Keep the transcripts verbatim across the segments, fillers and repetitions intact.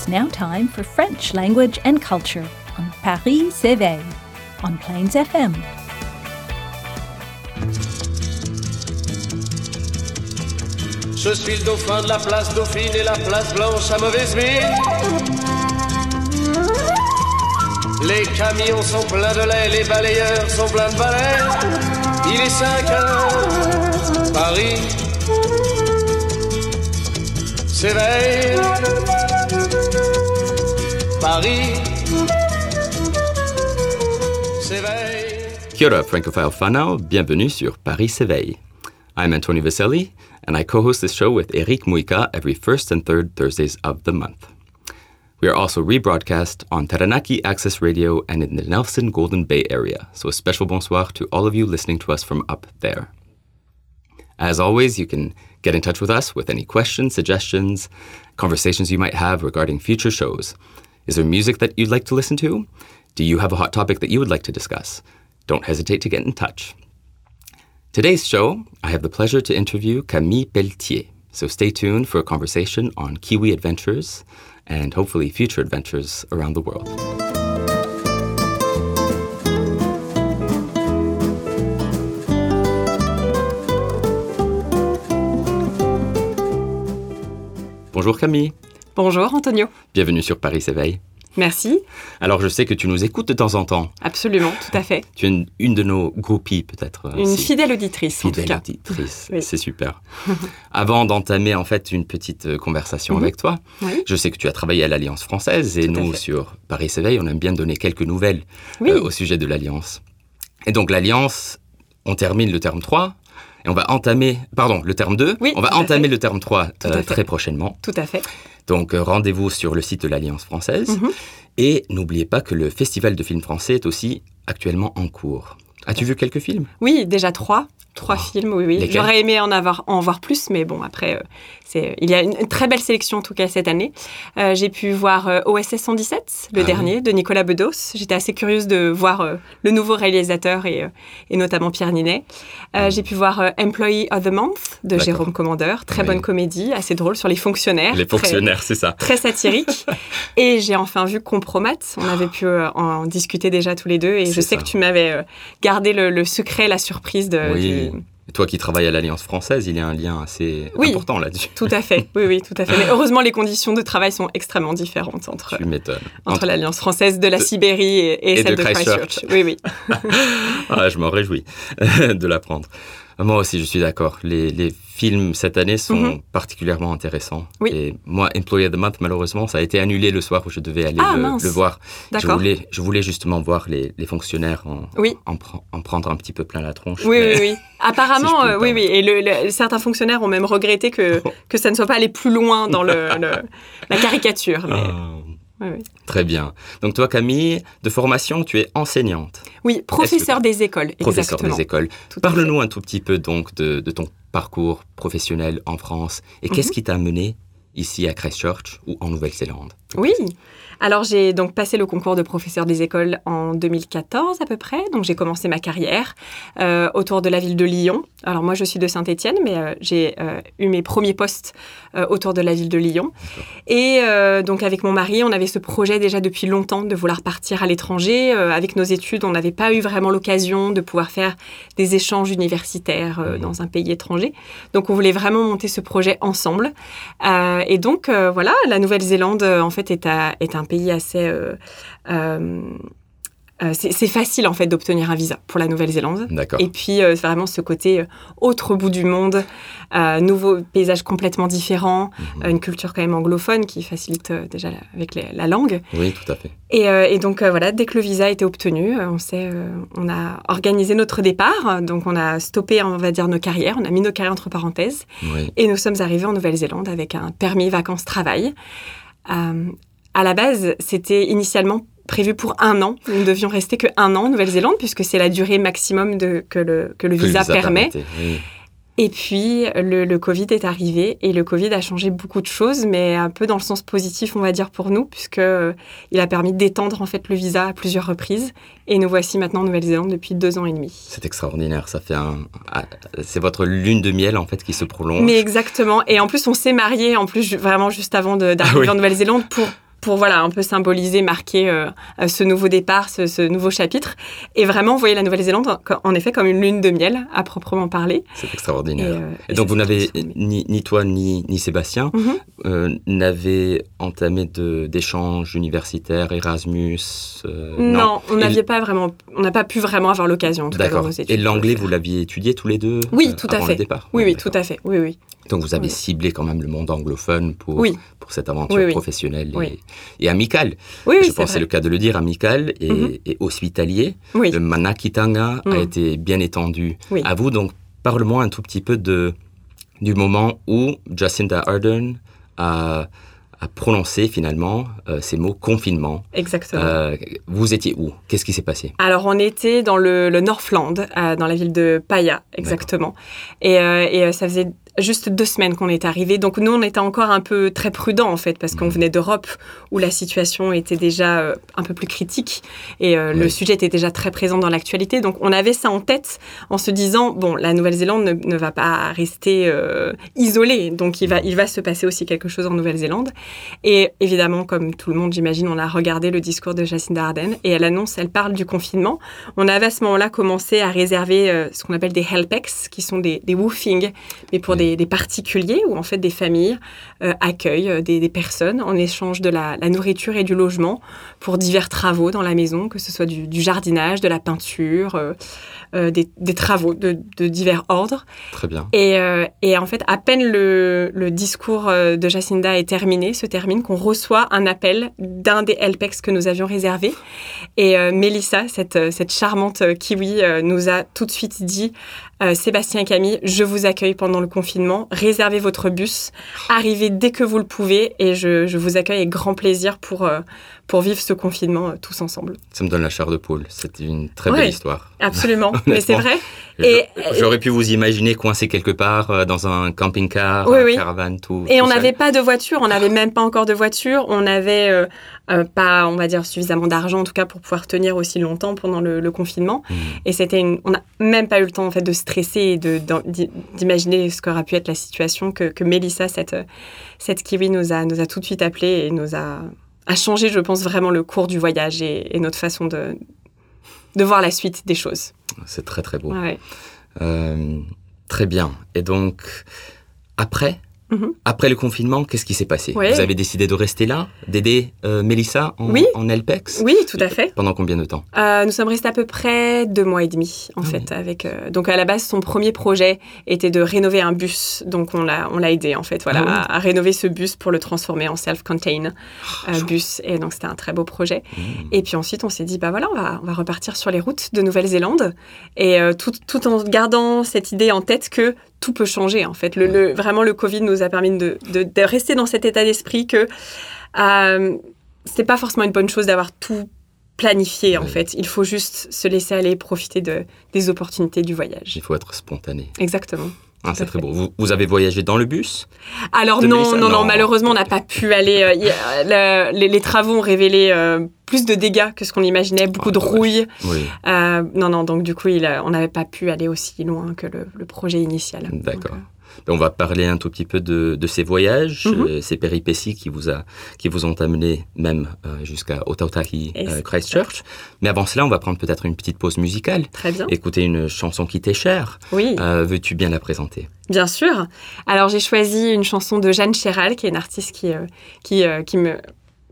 It's now time for French language and culture on Paris s'éveille on Plains F M. Je suis le dauphin de la place Dauphine et la place Blanche à mauvaise mine. Les camions sont pleins de lait, les balayeurs sont pleins de balais. Il est cinq heures, Paris s'éveille. Paris s'éveille. Kia ora, francophile whanau, bienvenue sur Paris s'éveille. I'm Antonio Vaselli, and I co-host this show with Eric Muika every first and third Thursdays of the month. We are also rebroadcast on Taranaki Access Radio and in the Nelson Golden Bay area, so a special bonsoir to all of you listening to us from up there. As always, you can get in touch with us with any questions, suggestions, conversations you might have regarding future shows. Is there music that you'd like to listen to? Do you have a hot topic that you would like to discuss? Don't hesitate to get in touch. Today's show, I have the pleasure to interview Camille Pelletier, so stay tuned for a conversation on Kiwi adventures and hopefully future adventures around the world. Bonjour Camille. Bonjour Antonio. Bienvenue sur Paris s'éveille. Merci. Alors, je sais que tu nous écoutes de temps en temps. Absolument, tout à fait. Tu es une, une de nos groupies, peut-être. Une si. fidèle auditrice, fidèle en tout cas. auditrice, Oui. C'est super. Avant d'entamer, en fait, une petite conversation Mm-hmm. avec toi, Oui. je sais que tu as travaillé à l'Alliance française et Tout à nous, fait. sur Paris s'éveille, on aime bien donner quelques nouvelles Oui. euh, au sujet de l'Alliance. Et donc, l'Alliance, on termine le terme trois et on va entamer, pardon, le terme deux. Oui, on va tout à entamer fait. le terme trois Tout à euh, fait. très prochainement. Tout à fait. Donc, euh, rendez-vous sur le site de l'Alliance française. Mhm. Et n'oubliez pas que le Festival de films français est aussi actuellement en cours. As-tu vu quelques films? Oui, déjà trois. Trois Trois. films, oui, oui. Lesquels? J'aurais aimé en, avoir, en voir plus, mais bon, après, euh, c'est, il y a une, une très belle sélection, en tout cas, cette année. Euh, j'ai pu voir euh, O S S cent dix-sept, le Ah dernier, oui. de Nicolas Bedos. J'étais assez curieuse de voir euh, le nouveau réalisateur et, euh, et notamment Pierre Ninet. Euh, j'ai pu voir euh, Employee of the Month, de D'accord. Jérôme Commandeur. Très Oui. bonne comédie, assez drôle, sur les fonctionnaires. Les Très- fonctionnaires, c'est ça. Très satirique. Et j'ai enfin vu Compromat. On avait pu euh, en discuter déjà tous les deux. Et C'est je sais ça. que tu m'avais euh, gardé le, le secret, la surprise de, Oui. du... Et toi qui travailles à l'Alliance française, il y a un lien assez Oui. important là-dessus. Tout à fait. Oui, oui, tout à fait. Mais heureusement, les conditions de travail sont extrêmement différentes entre, Tu m'étonnes. entre l'Alliance française de la de- Sibérie et, et et celle de de Christchurch. Christchurch. Oui, oui. Ah, je m'en réjouis de l'apprendre. Moi aussi, je suis d'accord. Les, les films cette année sont Mhm. particulièrement intéressants. Oui. Et moi, Employee of the Month, malheureusement, ça a été annulé le soir où je devais aller Ah, le, mince. le voir. Je D'accord. voulais, je voulais justement voir les, les fonctionnaires en, Oui. en, pre- en prendre un petit peu plein la tronche. Oui, mais- oui, oui. Apparemment, Si je peux me euh, oui, oui. Et le, le- certains fonctionnaires ont même regretté que, que ça ne soit pas allé plus loin dans le, le- la caricature. Mais, Ah, oui, oui. très bien. Donc toi, Camille, de formation, tu es enseignante, Oui, professeur des écoles. professeur exactement. des écoles. Tout à Parle-nous un tout petit peu donc de, de ton parcours professionnel en France et qu'est-ce Mhm. qui t'a amené ici à Christchurch ou en Nouvelle-Zélande? Oui. Alors, j'ai donc passé le concours de professeur des écoles en deux mille quatorze à peu près. Donc, j'ai commencé ma carrière euh, autour de la ville de Lyon. Alors, moi, je suis de Saint-Étienne, mais euh, j'ai euh, eu mes premiers postes euh, autour de la ville de Lyon. Et euh, donc, avec mon mari, on avait ce projet déjà depuis longtemps de vouloir partir à l'étranger. Euh, avec nos études, on n'avait pas eu vraiment l'occasion de pouvoir faire des échanges universitaires euh, Mhm. dans un pays étranger. Donc, on voulait vraiment monter ce projet ensemble. Euh, et donc, euh, voilà, la Nouvelle-Zélande, euh, en fait, est, à- est un pays assez... euh, euh, euh, c'est, c'est facile, en fait, d'obtenir un visa pour la Nouvelle-Zélande. D'accord. Et puis, euh, c'est vraiment ce côté euh, autre bout du monde, euh, nouveau paysage complètement différent, Mhm. euh, une culture quand même anglophone qui facilite euh, déjà la, avec les- la langue. Oui, tout à fait. Et, euh, et donc, euh, voilà, dès que le visa a été obtenu, euh, on, s'est, euh, on a organisé notre départ. Donc, on a stoppé, on va dire, nos carrières. On a mis nos carrières entre parenthèses. Oui. Et nous sommes arrivés en Nouvelle-Zélande avec un permis vacances-travail. Euh, à la base, c'était initialement prévu pour un an. Nous ne devions rester que un an en Nouvelle-Zélande, puisque c'est la durée maximum de, que, le, que le Que le visa permet. permettait, oui. Et puis, le, le Covid est arrivé et le Covid a changé beaucoup de choses, mais un peu dans le sens positif, on va dire, pour nous, puisqu'il a permis d'étendre en fait le visa à plusieurs reprises. Et nous voici maintenant en Nouvelle-Zélande depuis deux ans et demi. C'est extraordinaire. Ça fait un... ah, c'est votre lune de miel, en fait, qui se prolonge. Mais exactement. Et en plus, on s'est mariés, en plus, ju- vraiment juste avant de- d'arriver Ah oui. en Nouvelle-Zélande pour pour voilà, un peu symboliser, marquer euh, ce nouveau départ, ce, ce nouveau chapitre. Et vraiment, voyez la Nouvelle-Zélande, en, en effet, comme une lune de miel, à proprement parler. C'est extraordinaire. Et, euh, et, et donc, vous n'avez, ni, ni toi, ni, ni Sébastien, mm-hmm. euh, n'avez entamé de, d'échanges universitaires, Erasmus euh, Non, non, on n'avait pas vraiment, on n'a pas pu vraiment avoir l'occasion, en tout D'accord. cas, dans nos études. Et l'anglais, vous l'aviez étudié tous les deux Oui, euh, tout à avant fait. le départ. Oui, ouais, oui, tout à fait. Oui, oui. Donc, vous avez oui. ciblé quand même le monde anglophone pour, oui. pour cette aventure oui, oui. professionnelle et, oui. et amicale. Oui, oui, Je pense que c'est le cas de le dire, amical et, mm-hmm. et hospitalier. Oui. Le manakitanga mm. a été bien étendu oui. à vous. Donc, parle-moi un tout petit peu de, du moment où Jacinda Ardern a, a prononcé finalement euh, ces mots confinement. Exactement. Euh, vous étiez où? Qu'est-ce qui s'est passé? Alors, on était dans le, le Northland, euh, dans la ville de Paia, exactement. Et, euh, et euh, ça faisait juste deux semaines qu'on est arrivés. Donc, nous, on était encore un peu très prudents, en fait, parce qu'on venait d'Europe, où la situation était déjà euh, un peu plus critique. Et euh, oui. le sujet était déjà très présent dans l'actualité. Donc, on avait ça en tête en se disant, bon, la Nouvelle-Zélande ne, ne va pas rester euh, isolée. Donc, il va, il va se passer aussi quelque chose en Nouvelle-Zélande. Et évidemment, comme tout le monde, j'imagine, on a regardé le discours de Jacinda Ardern. Et elle annonce, elle parle du confinement. On avait à ce moment-là commencé à réserver euh, ce qu'on appelle des helpex, qui sont des, des woofing, mais pour des Des, des particuliers où en fait des familles euh, accueillent des, des personnes en échange de la, la nourriture et du logement pour divers travaux dans la maison, que ce soit du, du jardinage, de la peinture, euh, euh, des, des travaux de, de divers ordres. Très bien. Et, euh, et en fait, à peine le, le discours de Jacinda est terminé, se termine, qu'on reçoit un appel d'un des helpex que nous avions réservés. Et euh, Mélissa, cette, cette charmante kiwi, euh, nous a tout de suite dit euh, « Sébastien et Camille, je vous accueille pendant le confinement, réservez votre bus, arrivez dès que vous le pouvez et je, je vous accueille avec grand plaisir pour, euh, pour vivre ce confinement euh, tous ensemble. » Ça me donne la chair de poule, c'était une très ouais, belle histoire. Absolument, mais c'est vrai. Et j'aurais pu vous imaginer coincé quelque part euh, dans un camping-car, oui, un oui. caravane, tout. Et tout on seul. n'avait pas de voiture, on n'avait même pas encore de voiture, on n'avait euh, euh, pas, on va dire, suffisamment d'argent en tout cas pour pouvoir tenir aussi longtemps pendant le, le confinement. Mmh. Et c'était une, on n'a même pas eu le temps en fait de stresser et de, d'imaginer ce qu'aurait pu être la situation que, que Mélissa, cette, cette kiwi, nous a, nous a tout de suite appelé et nous a, a changé, je pense, vraiment le cours du voyage et, et notre façon de, de voir la suite des choses. C'est très très beau. Ouais. Euh, très bien. Et donc, après, mm-hmm. après le confinement, qu'est-ce qui s'est passé? Ouais. Vous avez décidé de rester là, d'aider euh, Mélissa en, oui. en helpex? Oui, tout à fait. Pendant combien de temps? euh, Nous sommes restés à peu près deux mois et demi, en ah fait. Oui. Avec, euh, donc, à la base, son premier projet était de rénover un bus. Donc, on l'a, on l'a aidé, en fait, voilà, ah oui. à, à rénover ce bus pour le transformer en self-contained euh, oh, bus. Et donc, c'était un très beau projet. Mmh. Et puis ensuite, on s'est dit, bah voilà, on va, on va repartir sur les routes de Nouvelle-Zélande. Et euh, tout, tout en gardant cette idée en tête que tout peut changer, en fait. Le, le, vraiment, le Covid nous a permis de, de, de rester dans cet état d'esprit que euh, c'est pas forcément une bonne chose d'avoir tout planifié, en oui. fait. Il faut juste se laisser aller, profiter de, des opportunités du voyage. Il faut être spontané. Exactement. Ah, c'est très beau. Vous, vous avez voyagé dans le bus? Alors non, non, non, non, malheureusement, on n'a pas pu aller. Euh, y a, le, les, les travaux ont révélé euh, plus de dégâts que ce qu'on imaginait, beaucoup oh, de rouille. Oui. Euh, non, non, donc du coup, il, on n'avait pas pu aller aussi loin que le, le projet initial. D'accord. Donc, euh... On va parler un tout petit peu de, de ces voyages, mm-hmm. euh, ces péripéties qui vous, a, qui vous ont amené même euh, jusqu'à Otautahi, euh, Christchurch. Mais avant cela, on va prendre peut-être une petite pause musicale. Très bien. Écouter une chanson qui t'est chère. Oui. Euh, veux-tu bien la présenter? Bien sûr. Alors, j'ai choisi une chanson de Jeanne Chéral, qui est une artiste qui, euh, qui, euh, qui me...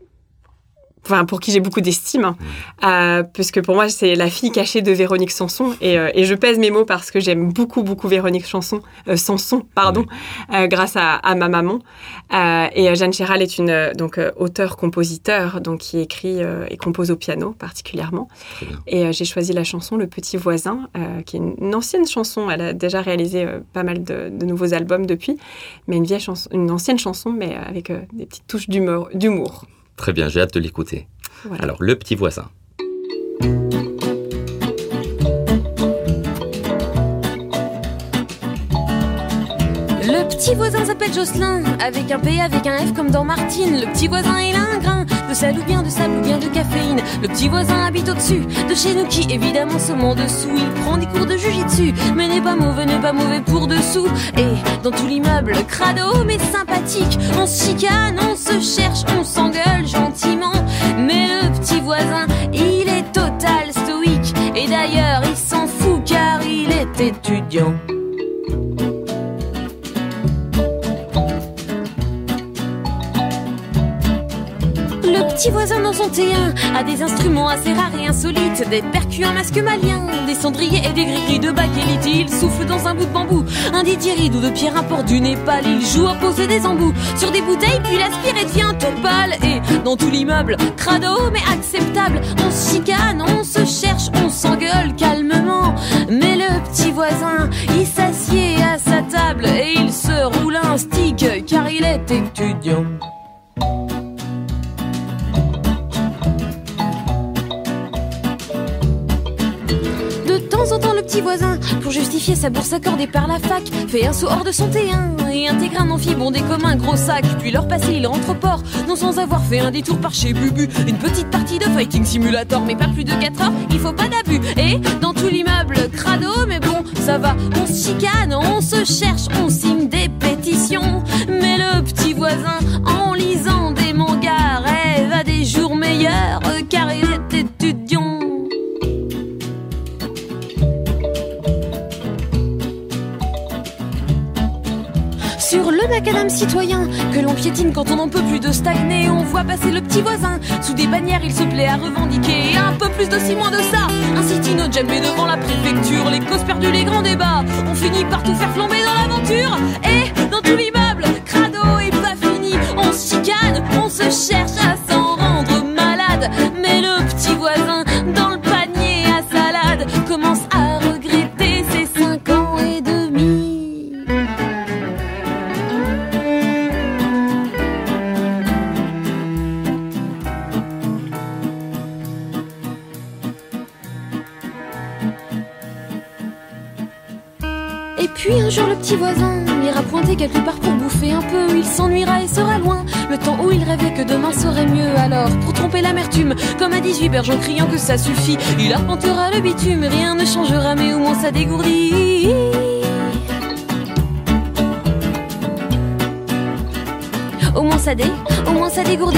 Enfin, pour qui j'ai beaucoup d'estime, hein, mmh. euh, puisque pour moi, c'est la fille cachée de Véronique Sanson. Et, euh, et je pèse mes mots parce que j'aime beaucoup, beaucoup Véronique Sanson, euh, Sanson pardon, mmh. euh, grâce à, à ma maman. Euh, et Jeanne Chéral est une euh, donc, euh, auteure-compositeur donc, qui écrit euh, et compose au piano particulièrement. Et euh, j'ai choisi la chanson Le Petit Voisin, euh, qui est une, une ancienne chanson. Elle a déjà réalisé euh, pas mal de, de nouveaux albums depuis, mais une, vieille chanson, une ancienne chanson, mais euh, avec euh, des petites touches d'humour. d'humour. Très bien, j'ai hâte de l'écouter. Voilà. Alors, Le Petit Voisin. Le petit voisin s'appelle Jocelyn, avec un P, avec un F comme dans Martine. Le petit voisin, il a un grain de sel ou bien de sable ou bien de caféine. Le petit voisin habite au-dessus de chez nous qui, évidemment, sommes en dessous. Il prend des cours de jujitsu, mais n'est pas mauvais, n'est pas mauvais pour dessous. Et dans tout l'immeuble, crado mais sympathique, on se chicane, on se cherche, on s'engueule gentil. étudiants. Le petit voisin dans son T un a des instruments assez rares et insolites, des percus, un masque malien, des cendriers et des gris-gris de bakélite. Il souffle dans un bout de bambou, un didgeridoo de pierre import du Népal. Il joue à poser des embouts sur des bouteilles, puis l'aspire et devient tout pâle. Et dans tout l'immeuble, crado mais acceptable, on se chicane, on se cherche, on s'engueule calmement. Mais le petit voisin, il s'assied à sa table et il se roule un stick car il est étudiant. De temps en temps, le petit voisin, pour justifier sa bourse accordée par la fac, fait un saut hors de son T un et intègre un amphi bondé comme un gros sac. Puis l'heure passée, il rentre au port, non sans avoir fait un détour par chez Bubu. Une petite partie de Fighting Simulator, mais pas plus de quatre heures, il faut pas d'abus. Et dans tout l'immeuble, crado, mais bon, ça va, on se chicane, on se cherche, on signe des pétitions. Mais le petit voisin, en lisant des mangas, rêve à des jours meilleurs, car il est étudiant. Sur le macadam citoyen que l'on piétine quand on n'en peut plus de stagner, on voit passer le petit voisin. Sous des bannières, il se plaît à revendiquer un peu plus de ci, moins de ça. Un sit-in djembé devant la préfecture, les causes perdues, les grands débats. On finit par tout faire flamber dans l'aventure. Et dans tout l'immeuble, crado et pas fini, on se chicane, on se cherche à s'en rendre malade. Mais le petit voisin, dans le panier à salade, commence à regretter ses cinq ans et demi. Et puis un jour le petit voisin ira pointer quelque part pour bouffer un peu. Il s'ennuiera et sera loin, le temps où il rêvait que demain serait mieux. Alors pour tromper l'amertume, comme à dix-huit berges en criant que ça suffit, il arpentera le bitume, rien ne changera mais au moins ça dégourdit. Au moins ça dé, au moins ça dégourdit.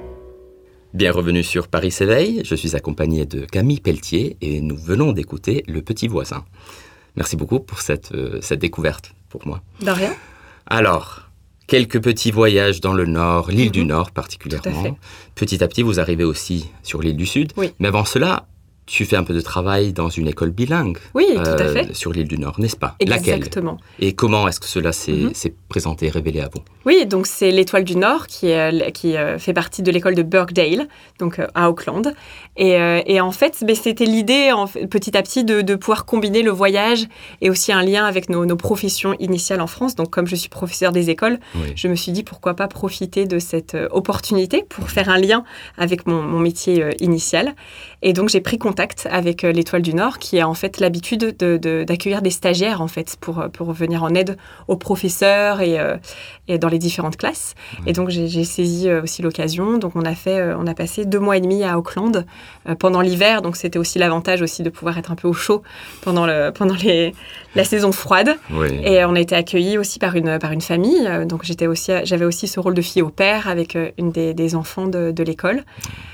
Bienvenue sur Paris s'éveille, je suis accompagné de Camille Pelletier et nous venons d'écouter Le Petit Voisin. Merci beaucoup pour cette, euh, cette découverte pour moi. De rien. Alors, quelques petits voyages dans le Nord, l'île mmh. du Nord particulièrement. Tout à fait. Petit à petit, vous arrivez aussi sur l'île du Sud. Oui. Mais avant cela, tu fais un peu de travail dans une école bilingue. Oui, euh, tout à fait. Sur l'île du Nord, n'est-ce pas? Exactement. Laquelle? Et comment est-ce que cela s'est, mmh. s'est présenté, révélé à vous? Oui, donc c'est l'Étoile du Nord qui, est, qui euh, fait partie de l'école de Birkdale, donc euh, à Auckland. Et, euh, et en fait, ben, c'était l'idée en fait, petit à petit de, de pouvoir combiner le voyage et aussi un lien avec nos, nos professions initiales en France. Donc comme je suis professeure des écoles, oui. je me suis dit pourquoi pas profiter de cette euh, opportunité pour faire un lien avec mon, mon métier euh, initial. Et donc j'ai pris contact avec euh, l'Étoile du Nord qui a en fait l'habitude de, de, d'accueillir des stagiaires en fait pour, pour venir en aide aux professeurs et, euh, et dans les différentes classes. Mmh. Et donc, j'ai, j'ai saisi euh, aussi l'occasion. Donc, on a, fait, euh, on a passé deux mois et demi à Auckland euh, pendant l'hiver. Donc, c'était aussi l'avantage aussi de pouvoir être un peu au chaud pendant, le, pendant les, la saison froide. Oui. Et on a été accueillis aussi par une, par une famille. Euh, donc, j'étais aussi, j'avais aussi ce rôle de fille au père avec euh, une des, des enfants de, de l'école.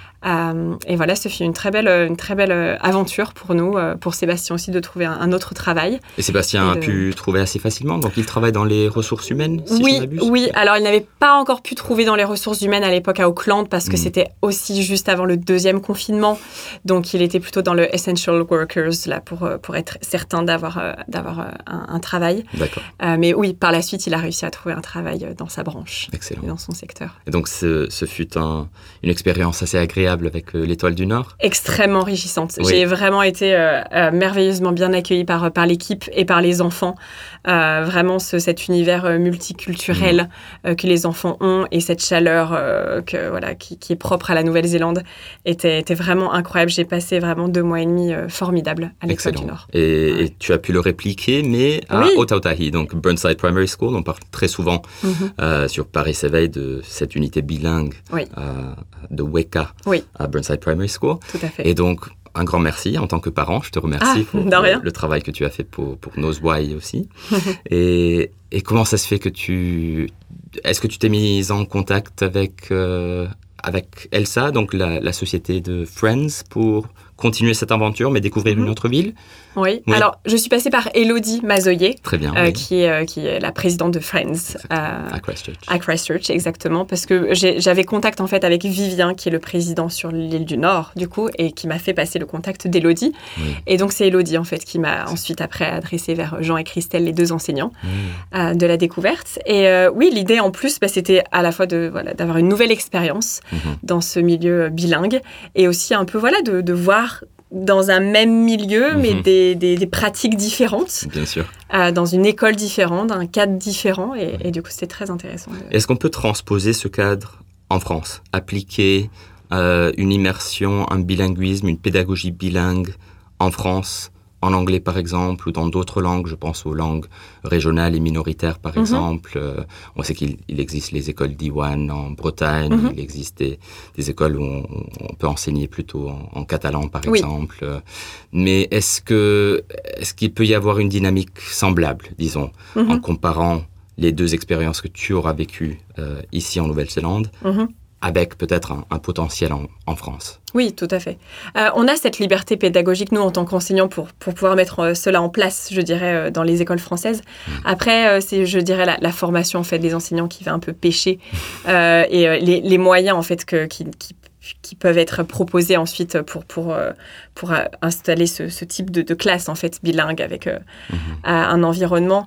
Euh, et voilà, ce fut une très belle, une très belle aventure pour nous, euh, pour Sébastien aussi, de trouver un, un autre travail. Et Sébastien et de... a pu trouver assez facilement, donc il travaille dans les ressources humaines, si oui, je ne m'abuse. Oui, alors il n'avait pas encore pu trouver dans les ressources humaines à l'époque à Auckland, parce que mmh. c'était aussi juste avant le deuxième confinement, donc il était plutôt dans le Essential Workers, là, pour, pour être certain d'avoir, euh, d'avoir euh, un, un travail. D'accord. Euh, mais oui, par la suite, il a réussi à trouver un travail dans sa branche. Excellent. Et dans son secteur. Et donc ce, ce fut un, une expérience assez agréable avec euh, l'Étoile du Nord? Extrêmement enrichissante. Oui. J'ai vraiment été euh, euh, merveilleusement bien accueillie par, par l'équipe et par les enfants. Euh, vraiment ce, cet univers euh, multiculturel mmh. euh, que les enfants ont et cette chaleur euh, que, voilà, qui, qui est propre à la Nouvelle-Zélande était, était vraiment incroyable. J'ai passé vraiment deux mois et demi euh, formidables à l'Étoile du Nord. Et, ouais. et tu as pu le répliquer, mais à oui. Otautahi, donc Burnside Primary School. On parle très souvent mmh. euh, sur Paris s'éveille de cette unité bilingue oui. euh, de Weka oui. à Burnside Primary School. Tout à fait. Et donc, un grand merci en tant que parent. Je te remercie ah, pour le, le travail que tu as fait pour, pour Noseway aussi. et, et comment ça se fait que tu... Est-ce que tu t'es mise en contact avec, euh, avec Elsa, donc la, la société de Friends, pour continuer cette aventure, mais découvrir mm-hmm. une autre ville. Oui. oui, alors je suis passée par Élodie Mazoyer, Très bien, euh, oui. qui, est, euh, qui est la présidente de Friends. Euh, à Christchurch. À Christchurch, exactement, parce que j'ai, j'avais contact en fait avec Vivien, qui est le président sur l'île du Nord, du coup, et qui m'a fait passer le contact d'Élodie. Oui. Et donc c'est Élodie en fait qui m'a ensuite après adressé vers Jean et Christelle, les deux enseignants oui. euh, de la découverte. Et euh, oui, l'idée en plus, bah, c'était à la fois de, voilà, d'avoir une nouvelle expérience mm-hmm. dans ce milieu bilingue, et aussi un peu voilà, de, de voir dans un même milieu, mm-hmm. mais des, des, des pratiques différentes. Bien sûr. Euh, dans une école différente, un cadre différent, et, oui. et du coup, c'était très intéressant. De... Est-ce qu'on peut transposer ce cadre en France, appliquer euh, une immersion, un bilinguisme, une pédagogie bilingue en France, en anglais par exemple, ou dans d'autres langues, je pense aux langues régionales et minoritaires par mm-hmm. exemple. Euh, on sait qu'il il existe les écoles d'Iwan en Bretagne, mm-hmm. il existe des, des écoles où on, on peut enseigner plutôt en, en catalan par oui. exemple. Euh, mais est-ce que, est-ce qu'il peut y avoir une dynamique semblable, disons, mm-hmm. en comparant les deux expériences que tu auras vécues euh, ici en Nouvelle-Zélande mm-hmm. avec peut-être un, un potentiel en, en France? Oui, tout à fait. Euh, on a cette liberté pédagogique, nous, en tant qu'enseignants, pour, pour pouvoir mettre euh, cela en place, je dirais, euh, dans les écoles françaises. Mmh. Après, euh, c'est, je dirais, la, la formation, en fait, des enseignants qui va un peu pêcher euh, et euh, les, les moyens, en fait, que, qui, qui, qui peuvent être proposés ensuite pour, pour, euh, pour euh, installer ce, ce type de, de classe, en fait, bilingue, avec euh, mmh. un environnement...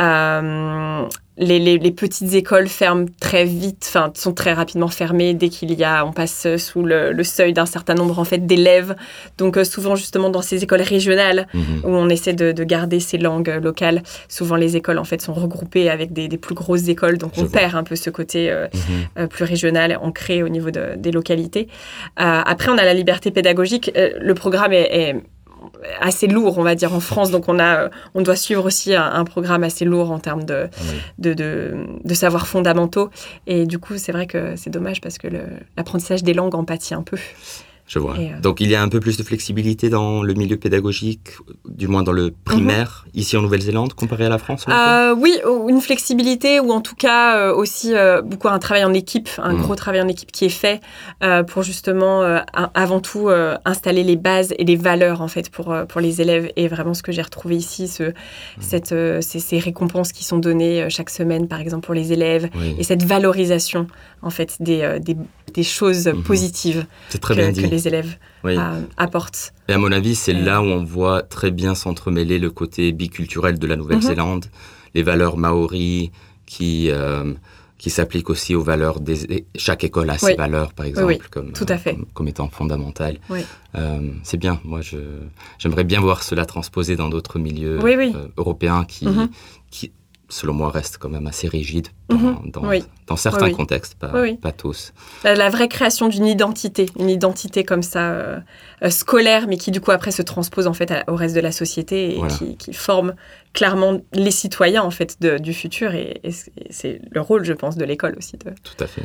Euh, Les, les, les petites écoles ferment très vite, enfin sont très rapidement fermées dès qu'il y a, on passe sous le, le seuil d'un certain nombre en fait d'élèves. Donc euh, souvent justement dans ces écoles régionales mmh. où on essaie de, de garder ces langues locales, souvent les écoles en fait sont regroupées avec des, des plus grosses écoles, donc Je on vois. perd un peu ce côté euh, mmh. euh, plus régional, ancré au niveau de, des localités. Euh, après on a la liberté pédagogique, euh, le programme est, est assez lourd, on va dire, en France. Donc, on, a, on doit suivre aussi un, un programme assez lourd en termes de, oui. de, de, de savoirs fondamentaux. Et du coup, c'est vrai que c'est dommage parce que le, l'apprentissage des langues en pâtit un peu. Je vois. Et, euh... Donc, il y a un peu plus de flexibilité dans le milieu pédagogique, du moins dans le primaire, mm-hmm. ici en Nouvelle-Zélande, comparé à la France euh, Oui, une flexibilité ou en tout cas euh, aussi euh, beaucoup un travail en équipe, un mm. gros travail en équipe qui est fait euh, pour justement, euh, avant tout, euh, installer les bases et les valeurs en fait pour, euh, pour les élèves. Et vraiment, ce que j'ai retrouvé ici, ce, mm. cette, euh, ces, ces récompenses qui sont données euh, chaque semaine, par exemple, pour les élèves, oui. et cette valorisation en fait des, euh, des, des choses mm-hmm. positives C'est très que, bien dit. que les élèves oui. euh, apportent. Et à mon avis, c'est et... là où on voit très bien s'entremêler le côté biculturel de la Nouvelle-Zélande, mm-hmm. les valeurs maoris qui, euh, qui s'appliquent aussi aux valeurs des... Chaque école a ses oui. valeurs, par exemple, oui, oui. Comme, Tout à fait. comme, comme étant fondamentales. Oui. Euh, c'est bien. Moi, je, j'aimerais bien voir cela transposé dans d'autres milieux oui, oui. Euh, européens qui... Mm-hmm. qui selon moi, reste quand même assez rigide dans, mmh, dans, oui. dans certains oui, contextes, pas, oui, oui. pas tous. La, la vraie création d'une identité, une identité comme ça, euh, euh, scolaire, mais qui du coup après se transpose en fait à, au reste de la société et voilà. qui, qui forme clairement les citoyens en fait de, du futur. Et, et c'est le rôle, je pense, de l'école aussi. De... Tout à fait.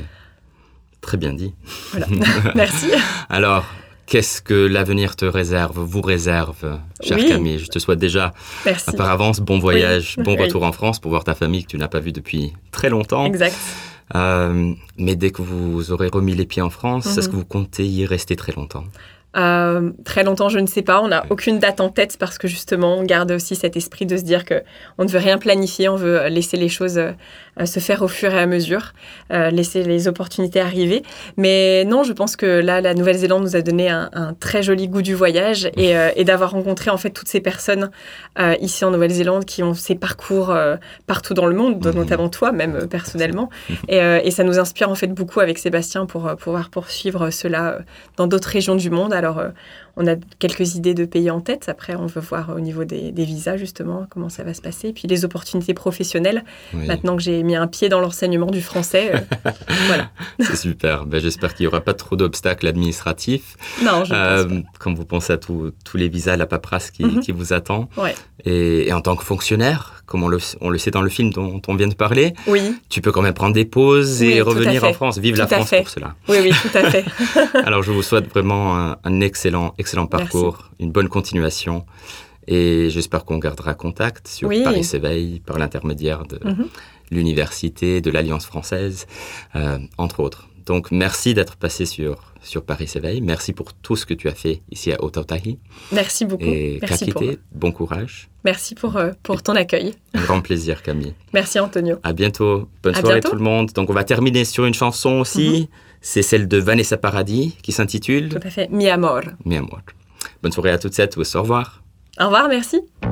Très bien dit. Voilà. Merci. Alors... Qu'est-ce que l'avenir te réserve, vous réserve, chère oui. Camille? Je te souhaite déjà, Merci. par avance, bon voyage, oui. bon oui. retour en France pour voir ta famille que tu n'as pas vue depuis très longtemps. Exact. Euh, mais dès que vous aurez remis les pieds en France, Mm-hmm. est-ce que vous comptez y rester très longtemps? Euh, très longtemps, je ne sais pas. On n'a aucune date en tête parce que justement, on garde aussi cet esprit de se dire qu'on ne veut rien planifier, on veut laisser les choses euh, se faire au fur et à mesure, euh, laisser les opportunités arriver. Mais non, je pense que là, la Nouvelle-Zélande nous a donné un, un très joli goût du voyage et, euh, et d'avoir rencontré en fait toutes ces personnes euh, ici en Nouvelle-Zélande qui ont ces parcours euh, partout dans le monde, mmh. notamment toi, même euh, personnellement. Et, euh, et ça nous inspire en fait beaucoup avec Sébastien pour euh, pouvoir poursuivre cela euh, dans d'autres régions du monde. Alors, euh, on a quelques idées de pays en tête. Après, on veut voir au niveau des, des visas, justement, comment ça va se passer. Et puis, les opportunités professionnelles. Oui. Maintenant que j'ai mis un pied dans l'enseignement du français, euh, voilà. C'est super. Ben, j'espère qu'il n'y aura pas trop d'obstacles administratifs. Non, je euh, pense pas. Quand vous pensez à tous les visas, la paperasse qui, mm-hmm. qui vous attend. Ouais. Et, et en tant que fonctionnaire, comme on le, on le sait dans le film dont on vient de parler, oui. tu peux quand même prendre des pauses oui, et revenir en France. Vive tout la France fait. pour cela. Oui, oui, tout à fait. Alors, je vous souhaite vraiment un, un excellent, excellent parcours, Merci. Une bonne continuation. Et j'espère qu'on gardera contact sur oui. Paris s'éveille par l'intermédiaire de mm-hmm. l'université, de l'Alliance française, euh, entre autres. Donc, merci d'être passé sur, sur Paris s'éveille. Merci pour tout ce que tu as fait ici à Ōtautahi. Merci beaucoup. Et Merci Kakite, pour... bon courage. Merci pour, euh, pour ton accueil. Un grand plaisir, Camille. Merci, Antonio. À bientôt. Bonne à soirée bientôt. tout le monde. Donc, on va terminer sur une chanson aussi. Mm-hmm. C'est celle de Vanessa Paradis qui s'intitule... Tout à fait. Mi amor. Mi amor. Bonne soirée à toutes et à tous. Au revoir. Au revoir, merci.